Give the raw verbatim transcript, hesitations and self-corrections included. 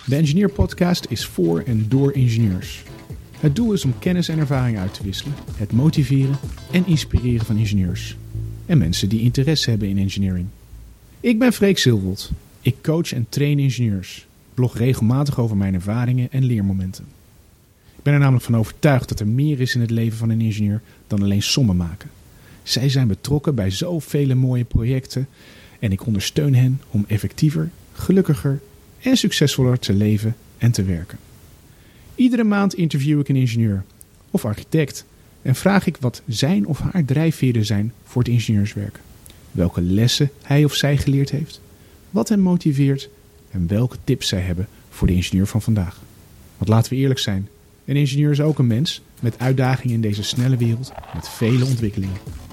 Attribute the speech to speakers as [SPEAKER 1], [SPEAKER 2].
[SPEAKER 1] De Engineer Podcast is voor en door ingenieurs. Het doel is om kennis en ervaring uit te wisselen, het motiveren en inspireren van ingenieurs. En mensen die interesse hebben in engineering. Ik ben Freek Silvold. Ik coach en train ingenieurs. Blog regelmatig over mijn ervaringen en leermomenten. Ik ben er namelijk van overtuigd dat er meer is in het leven van een ingenieur dan alleen sommen maken. Zij zijn betrokken bij zoveel mooie projecten en ik ondersteun hen om effectiever, gelukkiger en succesvoller te leven en te werken. Iedere maand interview ik een ingenieur of architect en vraag ik wat zijn of haar drijfveren zijn voor het ingenieurswerk. Welke lessen hij of zij geleerd heeft, wat hem motiveert en welke tips zij hebben voor de ingenieur van vandaag. Want laten we eerlijk zijn, een ingenieur is ook een mens met uitdagingen in deze snelle wereld met vele ontwikkelingen.